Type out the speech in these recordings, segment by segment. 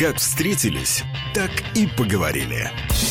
Как встретились, так и поговорили.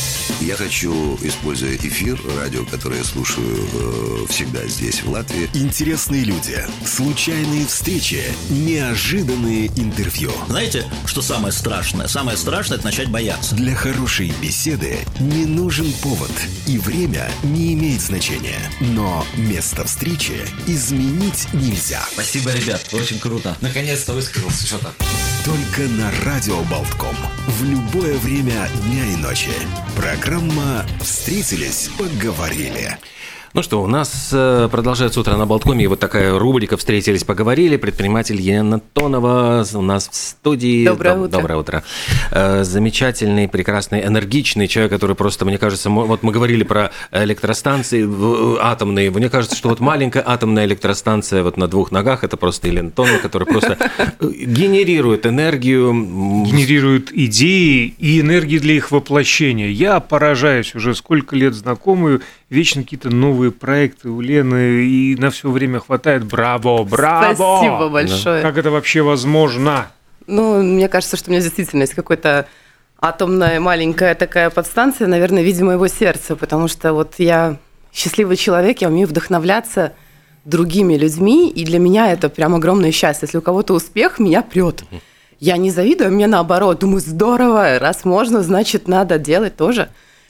Я хочу, используя эфир, радио, которое я слушаю всегда здесь, в Латвии. Интересные люди, случайные встречи, неожиданные интервью. Знаете, что самое страшное? Самое страшное – это начать бояться. Для хорошей беседы не нужен повод, и время не имеет значения. Но место встречи изменить нельзя. Спасибо, ребят, очень круто. Наконец-то высказался что-то. Только на Радио Болтком. В любое время дня и ночи. Программа «Встретились, поговорили». Ну что, у нас продолжается утро на Болткоме, и вот такая рубрика «Встретились, поговорили». Предприниматель Елена Тонова у нас в студии. Доброе утро. Доброе утро. Замечательный, прекрасный, энергичный человек, который просто, мне кажется, вот мы говорили про электростанции атомные. Мне кажется, что вот маленькая атомная электростанция вот на двух ногах – это просто Елена Тонова, которая просто генерирует энергию. Генерирует идеи и энергии для их воплощения. Я поражаюсь, уже сколько лет знакомую, вечно какие-то новые проекты у Лены, и на все время хватает. Браво, браво! Спасибо большое. Как это вообще возможно? Ну, мне кажется, что у меня действительно есть какой-то атомная маленькая такая подстанция, наверное, в виде моего сердца, потому что вот я счастливый человек, я умею вдохновляться другими людьми, и для меня это прям огромное счастье. Если у кого-то успех, меня прет. Я не завидую, а мне наоборот. Думаю, здорово, раз можно, значит, надо делать тоже.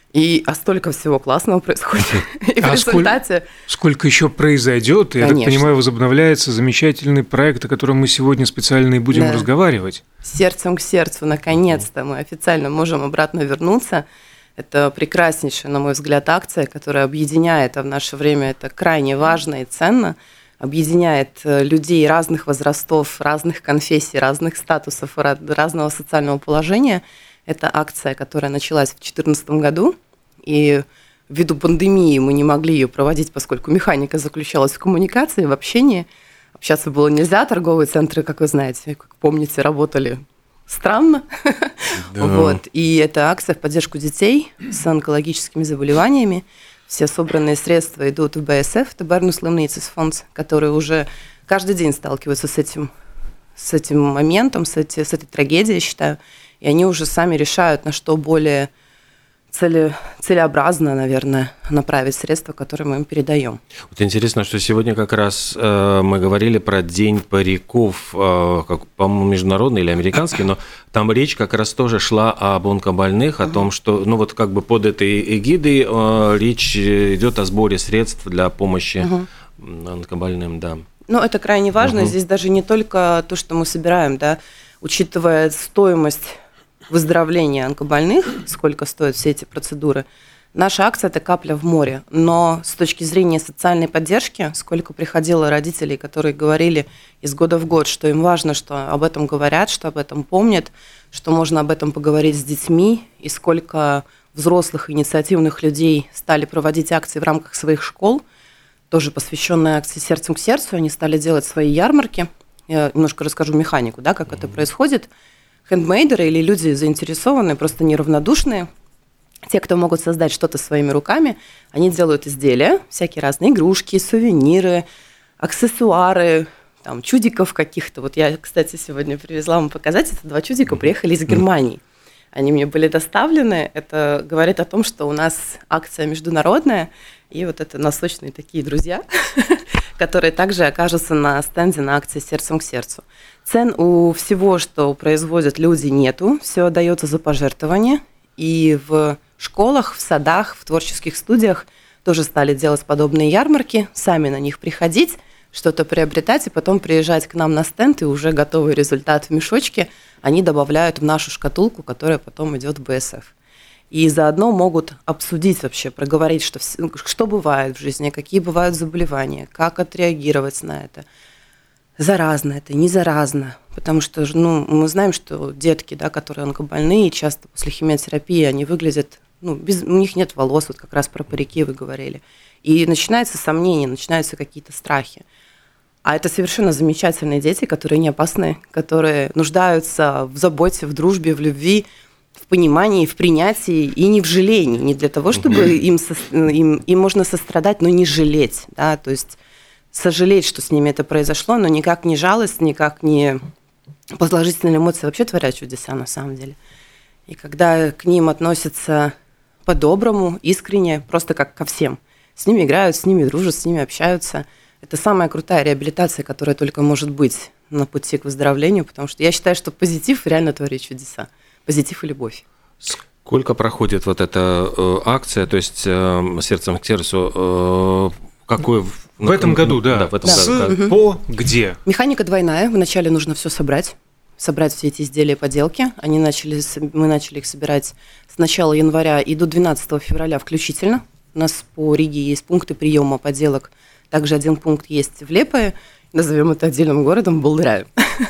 А столько всего классного происходит. И в результате... Сколько еще произойдет, я так понимаю, возобновляется замечательный проект, о котором мы сегодня специально и будем разговаривать. Сердцем к сердцу, наконец-то мы официально можем обратно вернуться. Это прекраснейшая, на мой взгляд, акция, которая объединяет, а в наше время это крайне важно и ценно, объединяет людей разных возрастов, разных конфессий, разных статусов, разного социального положения. Это акция, которая началась в 2014 году, и ввиду пандемии мы не могли ее проводить, поскольку механика заключалась в коммуникации, в общении. Общаться было нельзя, торговые центры, как вы знаете, как помните, работали странно. Да. Вот. И эта акция в поддержку детей с онкологическими заболеваниями. Все собранные средства идут в БСФ, это Bērnu slimnīcas фонд, который уже каждый день сталкивается с этим моментом, с этой трагедией, я считаю. И они уже сами решают, на что более целеобразно, наверное, направить средства, которые мы им передаем. Вот интересно, что сегодня как раз мы говорили про День париков, как, по-моему, международный или американский, но там речь как раз тоже шла об онкобольных, о том, что, ну вот как бы под этой эгидой речь идет о сборе средств для помощи онкобольным, да. Ну, это крайне важно. Здесь даже не только то, что мы собираем, да, учитывая стоимость выздоровления онкобольных, сколько стоят все эти процедуры, наша акция – это капля в море. Но с точки зрения социальной поддержки, сколько приходило родителей, которые говорили из года в год, что им важно, что об этом говорят, что об этом помнят, что можно об этом поговорить с детьми, и сколько взрослых инициативных людей стали проводить акции в рамках своих школ, тоже посвященные акции «Сердцем к сердцу», они стали делать свои ярмарки. Я немножко расскажу механику, да, как это происходит. Хендмейдеры или люди заинтересованные, просто неравнодушные, те, кто могут создать что-то своими руками, они делают изделия, всякие разные игрушки, сувениры, аксессуары, там, чудиков каких-то. Вот я, кстати, сегодня привезла вам показать, это 2 чудика приехали из Германии. Они мне были доставлены, это говорит о том, что у нас акция международная, и вот это носочные такие друзья, которые также окажутся на стенде на акции «Сердцем к сердцу». Цен у всего, что производят люди, нету, все отдается за пожертвования, и в школах, в садах, в творческих студиях тоже стали делать подобные ярмарки, сами на них приходить, что-то приобретать, и потом приезжать к нам на стенд, и уже готовый результат в мешочке они добавляют в нашу шкатулку, которая потом идет в БСФ. И заодно могут обсудить вообще, проговорить, что бывает в жизни, какие бывают заболевания, как отреагировать на это. Заразно это, не заразно. Потому что мы знаем, что детки, да, которые онкобольные, часто после химиотерапии они выглядят, у них нет волос, вот как раз про парики вы говорили. И начинаются сомнения, начинаются какие-то страхи. А это совершенно замечательные дети, которые не опасны, которые нуждаются в заботе, в дружбе, в любви, в понимании, в принятии и не в жалении. Не для того, чтобы им можно сострадать, но не жалеть. Да? То есть сожалеть, что с ними это произошло, но никак не жалость, никак не положительные эмоции вообще творят чудеса на самом деле. И когда к ним относятся по-доброму, искренне, просто как ко всем. С ними играют, с ними дружат, с ними общаются. Это самая крутая реабилитация, которая только может быть на пути к выздоровлению, потому что я считаю, что позитив реально творит чудеса. Позитив и любовь. Сколько проходит вот эта акция, то есть «Сердцем к сердцу», какой... В этом году, да. В этом году. По где? Механика двойная. Вначале нужно все собрать все эти изделия, поделки. Мы начали их собирать с начала января и до 12 февраля включительно. У нас по Риге есть пункты приема поделок. Также один пункт есть в Лепое, назовем это отдельным городом, Болдыраю.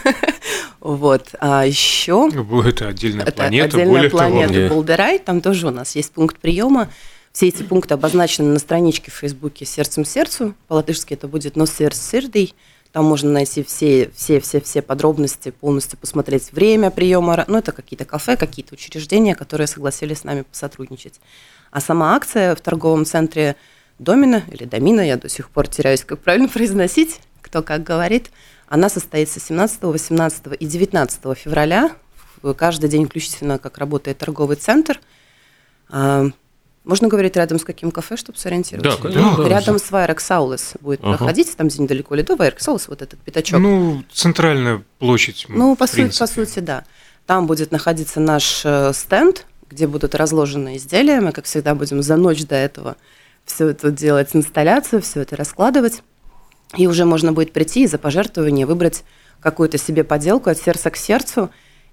Вот. А еще... Это отдельная планета, отдельная планета Болдырай. Там тоже у нас есть пункт приема. Все эти пункты обозначены на страничке в Фейсбуке «Сердцем сердцу». По-латышски это будет «Но сердце сирдей». Там можно найти все подробности, полностью посмотреть время приема. Ну, это какие-то кафе, какие-то учреждения, которые согласились с нами посотрудничать. А сама акция в торговом центре Домина, или Домина, я до сих пор теряюсь, как правильно произносить, кто как говорит, она состоится 17, 18 и 19 февраля. Каждый день включительно, как работает торговый центр. Можно говорить рядом с каким кафе, чтобы сориентироваться? Да, конечно. Рядом с Вайрексаулес будет проходить, там где недалеко Лидо, Вайрексаулес, вот этот пятачок. Ну, центральная площадь. Ну, по сути, да. Там будет находиться наш стенд, где будут разложены изделия. Мы, как всегда, будем за ночь до этого все это делать, инсталляцию, все это раскладывать. И уже можно будет прийти и за пожертвование выбрать какую-то себе поделку от сердца к сердцу.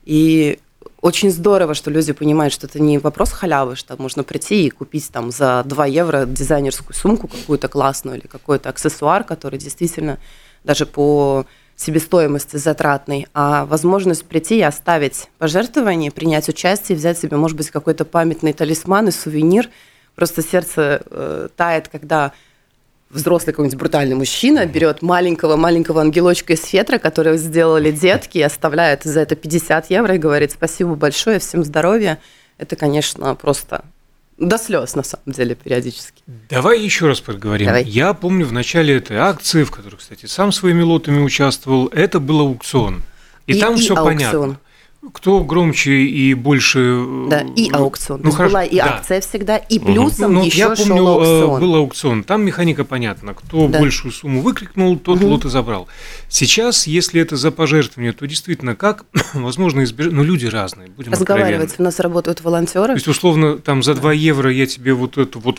И очень здорово, что люди понимают, что это не вопрос халявы, что можно прийти и купить там за 2 евро дизайнерскую сумку какую-то классную или какой-то аксессуар, который действительно даже по себестоимости затратный, а возможность прийти и оставить пожертвование, принять участие, взять себе, может быть, какой-то памятный талисман и сувенир. Просто сердце тает, когда взрослый какой-нибудь брутальный мужчина берет маленького ангелочка из фетра, который сделали детки, и оставляет за это 50 евро и говорит спасибо большое, всем здоровья. Это, конечно, просто до слез, на самом деле, периодически. Давай еще раз поговорим. Давай. Я помню в начале этой акции, в которой, кстати, сам своими лотами участвовал, это был аукцион. И там все понятно. Кто громче и больше... Да, и аукцион. Ну, была и акция всегда, и плюсом еще шел аукцион. Был аукцион. Там механика понятна. Кто большую сумму выкрикнул, тот лот и забрал. Сейчас, если это за пожертвование, то действительно как возможно избежать... Ну, люди разные, будем разговаривать. У нас работают волонтеры. То есть, условно, там за 2 евро я тебе вот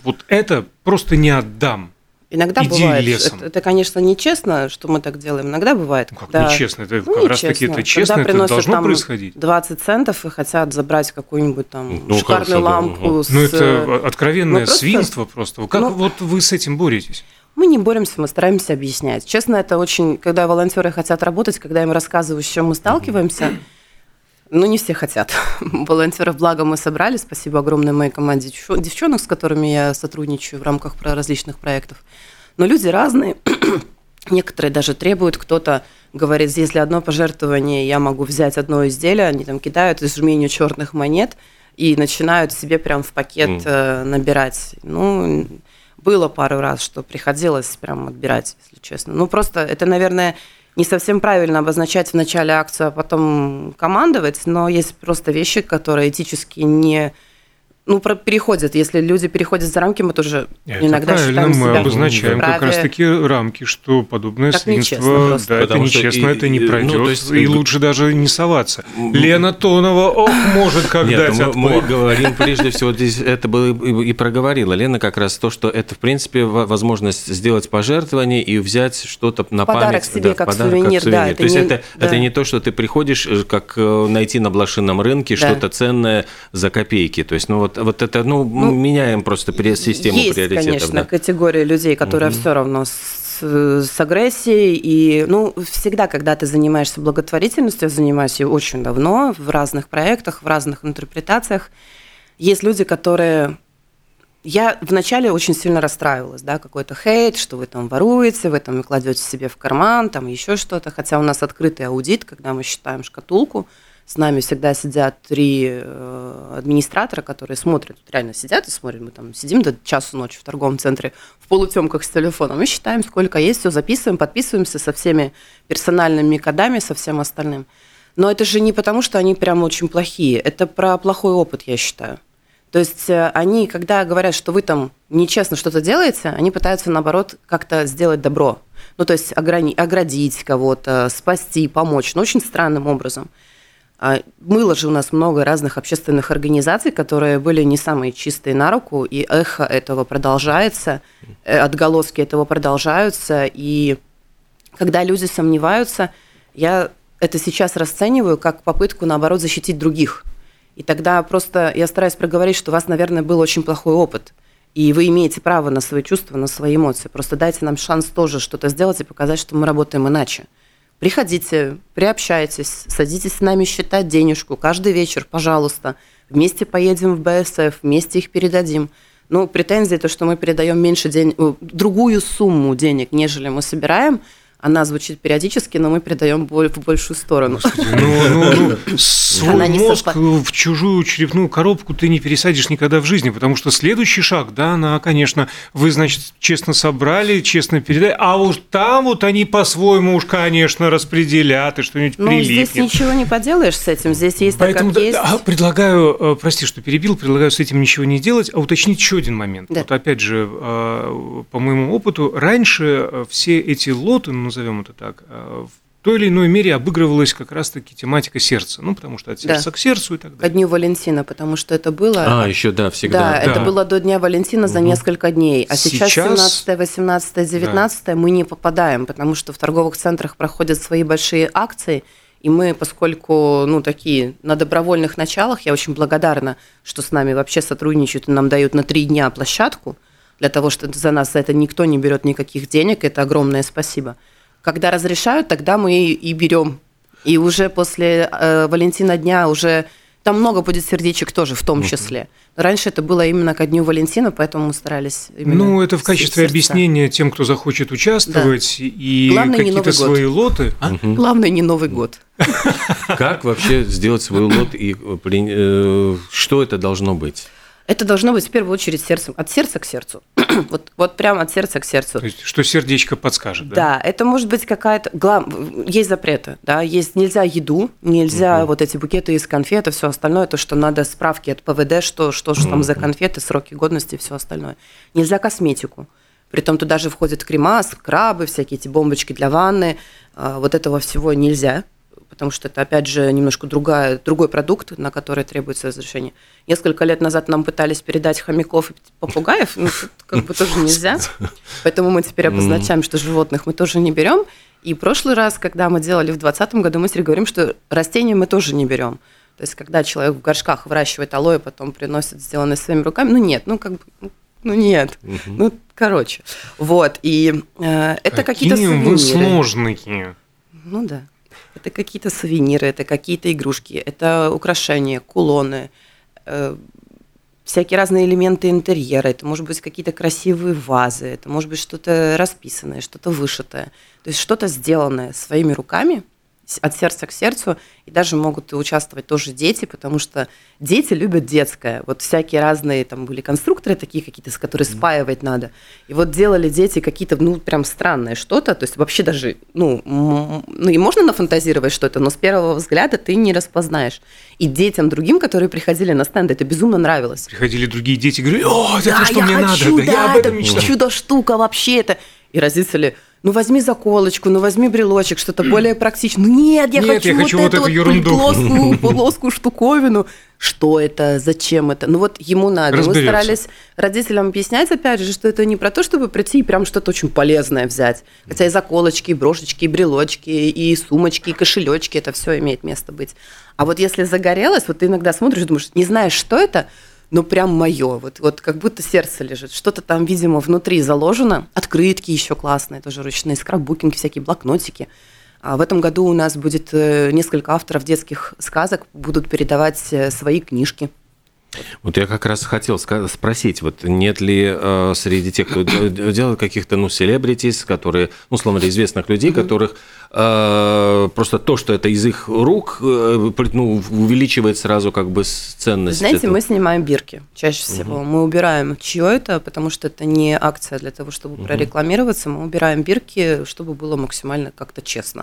это просто не отдам. Иногда иди бывает. Лесом. Это, конечно, нечестно, что мы так делаем. Иногда бывает. Как нечестно? Это как раз таки это честно, это должно происходить. 20 центов и хотят забрать какую-нибудь там шикарную лампу. Ну, это откровенное свинство просто. Как вот вы с этим боретесь? Мы не боремся, мы стараемся объяснять. Честно, это очень... Когда волонтеры хотят работать, когда им рассказываю, с чем мы сталкиваемся, ну, не все хотят. Волонтеров, благо, мы собрали. Спасибо огромной моей команде девчонок, с которыми я сотрудничаю в рамках различных проектов. Но люди разные. Некоторые даже требуют. Кто-то говорит, если одно пожертвование, я могу взять одно изделие. Они там кидают из жменю черных монет и начинают себе прям в пакет набирать. Ну, было пару раз, что приходилось прям отбирать, если честно. Ну, просто это, наверное... Не совсем правильно обозначать в начале акцию, а потом командовать, но есть просто вещи, которые этически не... Ну, переходят. Если люди переходят за рамки, мы тоже иногда считаем себя... Мы обозначаем как раз-таки рамки, что подобное свинство, да, это нечестно, это не пройдет, и лучше даже не соваться. Лена Тонова, может как дать отпор. Мы говорим, прежде всего, здесь это было и проговорила Лена как раз то, что это, в принципе, возможность сделать пожертвование и взять что-то на память. Подарок себе, как сувенир, да. То есть это не то, что ты приходишь, как найти на блошином рынке что-то ценное за копейки. То есть, вот это, меняем просто систему приоритетов. Есть, конечно, категория людей, которые все равно с агрессией. И, всегда, когда ты занимаешься благотворительностью, я занимаюсь ее очень давно, в разных проектах, в разных интерпретациях, есть люди, которые... Я вначале очень сильно расстраивалась, да, какой-то хейт, что вы там воруете, вы там кладете себе в карман, там еще что-то. Хотя у нас открытый аудит, когда мы считаем шкатулку, с нами всегда сидят 3 администратора, которые смотрят, реально сидят и смотрят. Мы там сидим до часу ночи в торговом центре в полутемках с телефоном. Мы считаем, сколько есть, все записываем, подписываемся со всеми персональными кодами, со всем остальным. Но это же не потому, что они прям очень плохие. Это про плохой опыт, я считаю. То есть они, когда говорят, что вы там нечестно что-то делаете, они пытаются, наоборот, как-то сделать добро. Ну, то есть оградить кого-то, спасти, помочь, но очень странным образом. Было же у нас много разных общественных организаций, которые были не самые чистые на руку, и эхо этого продолжается, отголоски этого продолжаются. И когда люди сомневаются, я это сейчас расцениваю как попытку, наоборот, защитить других. И тогда просто я стараюсь проговорить, что у вас, наверное, был очень плохой опыт, и вы имеете право на свои чувства, на свои эмоции. Просто дайте нам шанс тоже что-то сделать и показать, что мы работаем иначе. Приходите, приобщайтесь, садитесь с нами считать денежку каждый вечер, пожалуйста. Вместе поедем в БСФ, вместе их передадим. Ну, претензии, то, что мы передаем меньше денег, другую сумму денег, нежели мы собираем, она звучит периодически, но мы передаем в большую сторону. Господи, свой мозг в чужую черепную коробку ты не пересадишь никогда в жизни, потому что следующий шаг, да, конечно, вы, значит, честно собрали, честно передали, а уж там вот они по-своему уж, конечно, распределят и что-нибудь прилипнет. Здесь ничего не поделаешь с этим, здесь есть так, как есть. Предлагаю, прости, что перебил, предлагаю с этим ничего не делать, а уточнить еще один момент. Да. Вот опять же, по моему опыту, раньше все эти лоты, назовем это так, в той или иной мере обыгрывалась как раз-таки тематика сердца. Ну, потому что от сердца к сердцу и так далее. Ко Дню Валентина, потому что это было... еще, да, всегда. Да, это было до Дня Валентина за несколько дней. А сейчас 17, 18, 19 мы не попадаем, потому что в торговых центрах проходят свои большие акции, и мы, поскольку, такие на добровольных началах, я очень благодарна, что с нами вообще сотрудничают и нам дают на 3 дня площадку, для того, что за нас за это никто не берет никаких денег, это огромное спасибо. Когда разрешают, тогда мы и берем. И уже после Валентина дня уже там много будет сердечек тоже в том числе. Но раньше это было именно ко Дню Валентина, поэтому мы старались именно... это в качестве объяснения тем, кто захочет участвовать, да. И главное, какие-то свои лоты. Главное, не Новый год. Как вообще сделать свой лот и что это должно быть? Это должно быть в первую очередь сердцем, от сердца к сердцу. вот прямо от сердца к сердцу. То есть, что сердечко подскажет, да? Да, это может быть какая-то... Есть запреты, да, нельзя еду, нельзя вот эти букеты из конфет и все остальное, то, что надо справки от ПВД, что там за конфеты, сроки годности и все остальное. Нельзя косметику. Притом туда же входят крема, скрабы, всякие эти бомбочки для ванны. Вот этого всего нельзя. Потому что это, опять же, немножко другой продукт, на который требуется разрешение. Несколько лет назад нам пытались передать хомяков и попугаев, как бы тоже нельзя. Поэтому мы теперь обозначаем, что животных мы тоже не берем. И в прошлый раз, когда мы делали в 2020 году, мы теперь говорим, что растения мы тоже не берем. То есть, когда человек в горшках выращивает алоэ, потом приносит сделанное своими руками, нет. Короче. Вот, и это какие-то сувениры. Вы сложные. Да. Это какие-то сувениры, это какие-то игрушки, это украшения, кулоны, всякие разные элементы интерьера, это может быть какие-то красивые вазы, это может быть что-то расписанное, что-то вышитое, то есть что-то сделанное своими руками, от сердца к сердцу, и даже могут участвовать тоже дети, потому что дети любят детское. Вот всякие разные, там были конструкторы такие какие-то, с которыми спаивать надо. И вот делали дети какие-то, прям странное что-то, то есть вообще даже, и можно нафантазировать что-то, но с первого взгляда ты не распознаешь. И детям другим, которые приходили на стенд, это безумно нравилось. Приходили другие дети и говорили: это что мне надо, я об этом мечтаю. Чудо-штука вообще это. И родители: возьми заколочку, возьми брелочек, что-то более практичное. Нет, я хочу вот эту ерунду. Плоскую штуковину. Что это, зачем это? Ему надо. Мы старались родителям объяснять, опять же, что это не про то, чтобы прийти и прям что-то очень полезное взять. Хотя и заколочки, и брошечки, и брелочки, и сумочки, и кошелечки, это все имеет место быть. А вот если загорелось, ты иногда смотришь и думаешь, не знаешь, что это, но прям мое, вот как будто сердце лежит. Что-то там, видимо, внутри заложено. Открытки еще классные, тоже ручные, скраббукинги, всякие блокнотики. А в этом году у нас будет несколько авторов детских сказок, будут передавать свои книжки. Вот я как раз хотел спросить, нет ли среди тех, кто делает каких-то, селебритис, которые, условно, известных людей, которых просто то, что это из их рук, увеличивает сразу ценность. Знаете, мы снимаем бирки чаще всего. Мы убираем, чье это, потому что это не акция для того, чтобы прорекламироваться. Мы убираем бирки, чтобы было максимально как-то честно.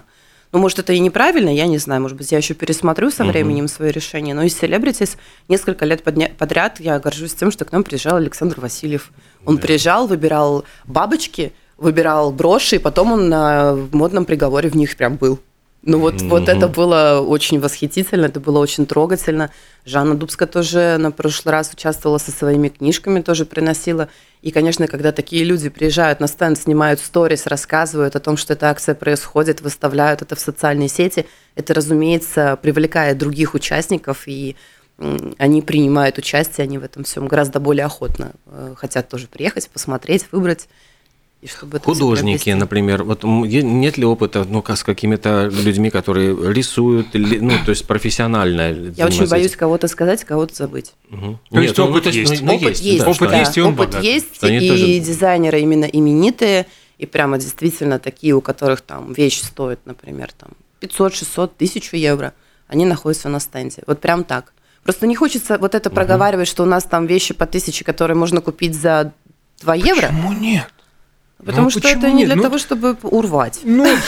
Ну, может, это и неправильно, я не знаю, может быть, я еще пересмотрю со временем свое решение, но из селебритис несколько лет подряд я горжусь тем, что к нам приезжал Александр Васильев. Он приезжал, выбирал бабочки, выбирал броши, и потом он на модном приговоре в них прям был. Ну вот это было очень восхитительно, это было очень трогательно. Жанна Дубская тоже на прошлый раз участвовала со своими книжками, тоже приносила. И, конечно, когда такие люди приезжают на стенд, снимают сторис, рассказывают о том, что эта акция происходит, выставляют это в социальные сети, это, разумеется, привлекает других участников, и они принимают участие, они в этом всем гораздо более охотно хотят тоже приехать, посмотреть, выбрать. И чтобы художники, например, вот нет ли опыта, с какими-то людьми, которые рисуют, то есть профессионально? Я очень боюсь кого-то сказать, кого-то забыть. То есть опыт есть. Опыт есть, и он опыт есть, и дизайнеры именно именитые, и прямо действительно такие, у которых там вещь стоит, например, там 500, 600, 1000 евро, они находятся на стенде. Вот прям так. Просто не хочется вот это проговаривать, что у нас там вещи по 1000, которые можно купить за 2 евро. Почему нет? Потому что это не для того, чтобы урвать.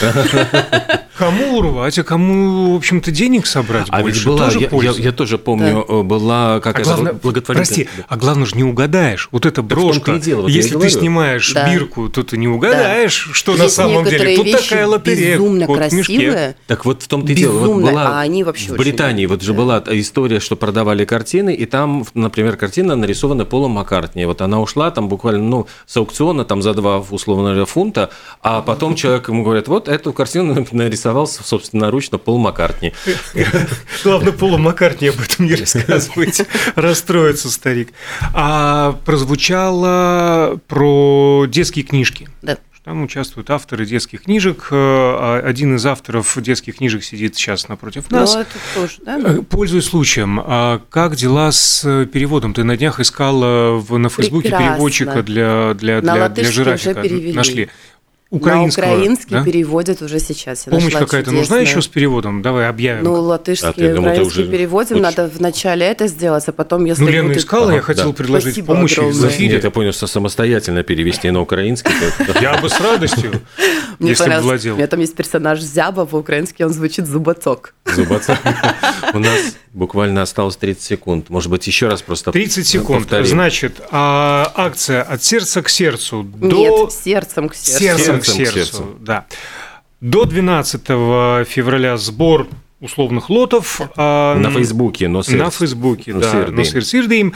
Кому урвать, а кому, в общем-то, денег собрать а больше, ведь была, тоже польза. Я тоже помню, была какая-то благотворительная... Прости, а главное же не угадаешь. Вот эта брошка, если ты снимаешь бирку, то ты не угадаешь, что на самом деле. Тут такая лотерея. Безумно красивые. Так вот в том-то и дело. Вот была а они вообще в Британии вот же была история, что продавали картины, и там, например, картина нарисована Полом Маккартни. Вот она ушла там буквально с аукциона там за 2 условно говоря фунта, а потом человек ему говорит, вот эту картину нарисовал собственноручно Пол Маккартни. Главное, Полу Маккартни об этом не рассказывайте. Расстроится старик. А прозвучало про детские книжки. Да. Там участвуют авторы детских книжек. Один из авторов детских книжек сидит сейчас напротив нас. Ну, это тоже, да? Пользуясь случаем, как дела с переводом? Ты на днях искала на Фейсбуке переводчика для жирафика. Нашли. Украинского, на украинский да? переводят уже сейчас. Помощь какая-то нужна еще с переводом? Давай объявим. Ну, латышский, украинский переводим, надо вначале это сделать, а потом, если Лена будет... искала, я хотел предложить Спасибо помощь в эфире. Нет, я понял, что самостоятельно перевести на украинский. Я бы с радостью, если бы владел. У меня там есть персонаж Зяба, по-украински он звучит Зубацок. Зубацок. У нас буквально осталось 30 секунд. Может быть, еще раз просто 30 секунд. повторим. Значит, акция «От сердца к сердцу» Нет, сердцем к сердцу. К сердцу, да. До 12 февраля сбор условных лотов. На Фейсбуке, но на Фейсбуке, да. Но Сирдим.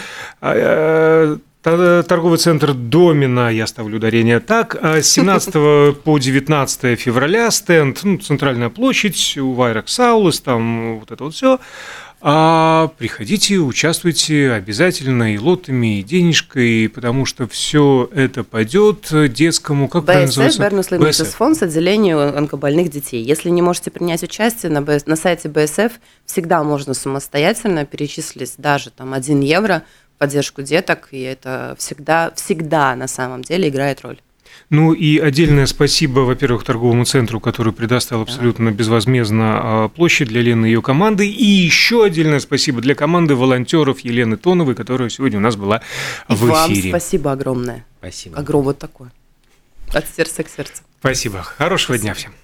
Торговый центр Домина, я ставлю ударение так, с 17 по 19 февраля стенд, центральная площадь, у Вайрак Саулес, там вот это вот все. Приходите, участвуйте обязательно и лотами, и денежкой, потому что все это пойдет детскому, как правильно называется? БСФ, фонд отделению онкобольных детей. Если не можете принять участие, на сайте БСФ всегда можно самостоятельно перечислить даже там 1 евро в поддержку деток, и это всегда на самом деле играет роль. Ну и отдельное спасибо, во-первых, торговому центру, который предоставил абсолютно безвозмездно площадь для Лены и ее команды. И еще отдельное спасибо для команды волонтеров Елены Тоновой, которая сегодня у нас была в эфире. Вам спасибо огромное. Спасибо. Огромное такое. От сердца к сердцу. Спасибо. Хорошего дня всем.